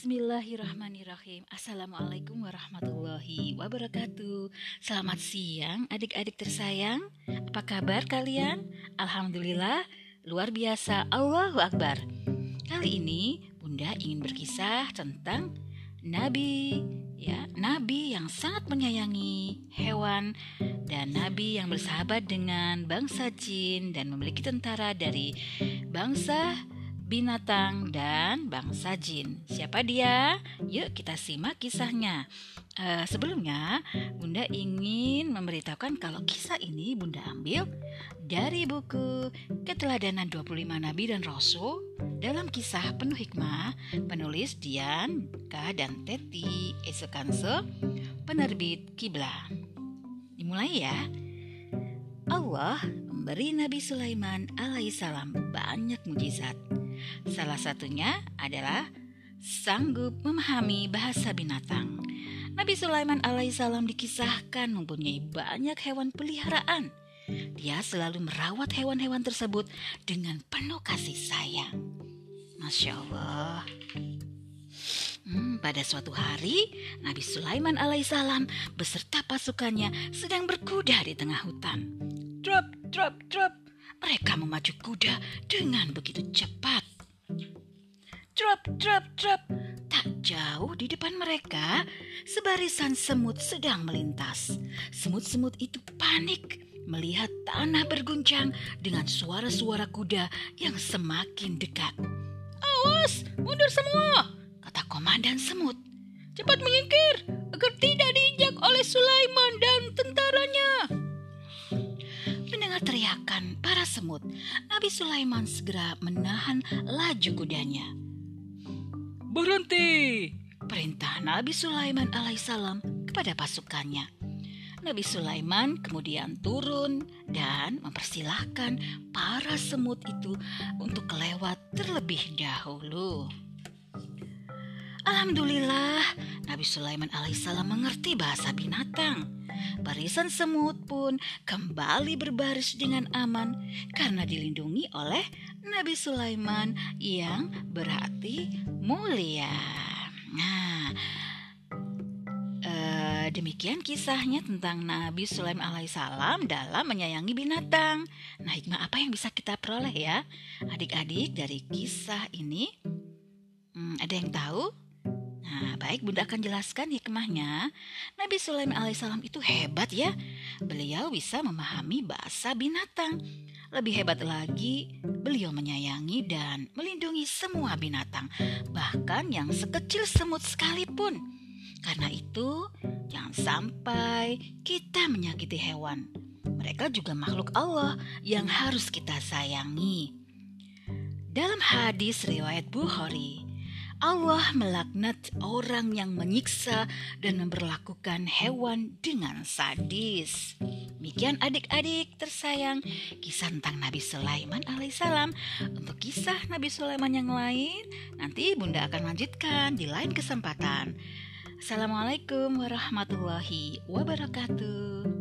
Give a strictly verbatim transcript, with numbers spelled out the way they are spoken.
Bismillahirrahmanirrahim. Assalamualaikum warahmatullahi wabarakatuh. Selamat siang adik-adik tersayang. Apa kabar kalian? Alhamdulillah, luar biasa. Allahu Akbar. Kali ini Bunda ingin berkisah tentang Nabi, ya, Nabi yang sangat menyayangi hewan dan Nabi yang bersahabat dengan bangsa jin dan memiliki tentara dari bangsa binatang dan bangsa jin. Siapa dia? Yuk kita simak kisahnya. Uh, sebelumnya Bunda ingin memberitahukan kalau kisah ini Bunda ambil dari buku Keteladanan dua puluh lima Nabi dan Rasul dalam kisah penuh hikmah, penulis Dian K dan Teti Esokanse, penerbit Kiblah. Dimulai ya. Allah memberi Nabi Sulaiman alaihissalam banyak mujizat. Salah satunya adalah sanggup memahami bahasa binatang. Nabi Sulaiman alaihissalam dikisahkan mempunyai banyak hewan peliharaan. Dia selalu merawat hewan-hewan tersebut dengan penuh kasih sayang. Masya Allah. Hmm, pada suatu hari, Nabi Sulaiman alaihissalam beserta pasukannya sedang berkuda di tengah hutan. Drop, drop, drop. Mereka memacu kuda dengan begitu cepat. Drop, drop, drop. Tak jauh di depan mereka, sebarisan semut sedang melintas. Semut-semut itu panik melihat tanah berguncang dengan suara-suara kuda yang semakin dekat. Awas, mundur semua, kata komandan semut. Cepat menyingkir agar tidak diinjak oleh Sulaiman dan tentaranya. Mendengar teriakan para semut, Nabi Sulaiman segera menahan laju kudanya. Berhenti, perintah Nabi Sulaiman alaihissalam kepada pasukannya. Nabi Sulaiman kemudian turun dan mempersilahkan para semut itu untuk lewat terlebih dahulu. Alhamdulillah, Nabi Sulaiman alaihissalam mengerti bahasa binatang. Barisan semut pun kembali berbaris dengan aman karena dilindungi oleh Nabi Sulaiman yang berhati mulia. Nah, eh, demikian kisahnya tentang Nabi Sulaiman alaihissalam dalam menyayangi binatang. Nah, hikmah apa yang bisa kita peroleh ya, adik-adik dari kisah ini? Hmm, ada yang tahu? Nah, baik, Bunda akan jelaskan hikmahnya. Nabi Sulaiman alaihissalam itu hebat ya. Beliau bisa memahami bahasa binatang. Lebih hebat lagi, beliau menyayangi dan melindungi semua binatang, bahkan yang sekecil semut sekalipun. Karena itu, jangan sampai kita menyakiti hewan. Mereka juga makhluk Allah yang harus kita sayangi. Dalam hadis riwayat Bukhari, Allah melaknat orang yang menyiksa dan memperlakukan hewan dengan sadis. Demikian adik-adik tersayang, kisah tentang Nabi Sulaiman alaihissalam. Untuk kisah Nabi Sulaiman yang lain, nanti Bunda akan lanjutkan di lain kesempatan. Assalamualaikum warahmatullahi wabarakatuh.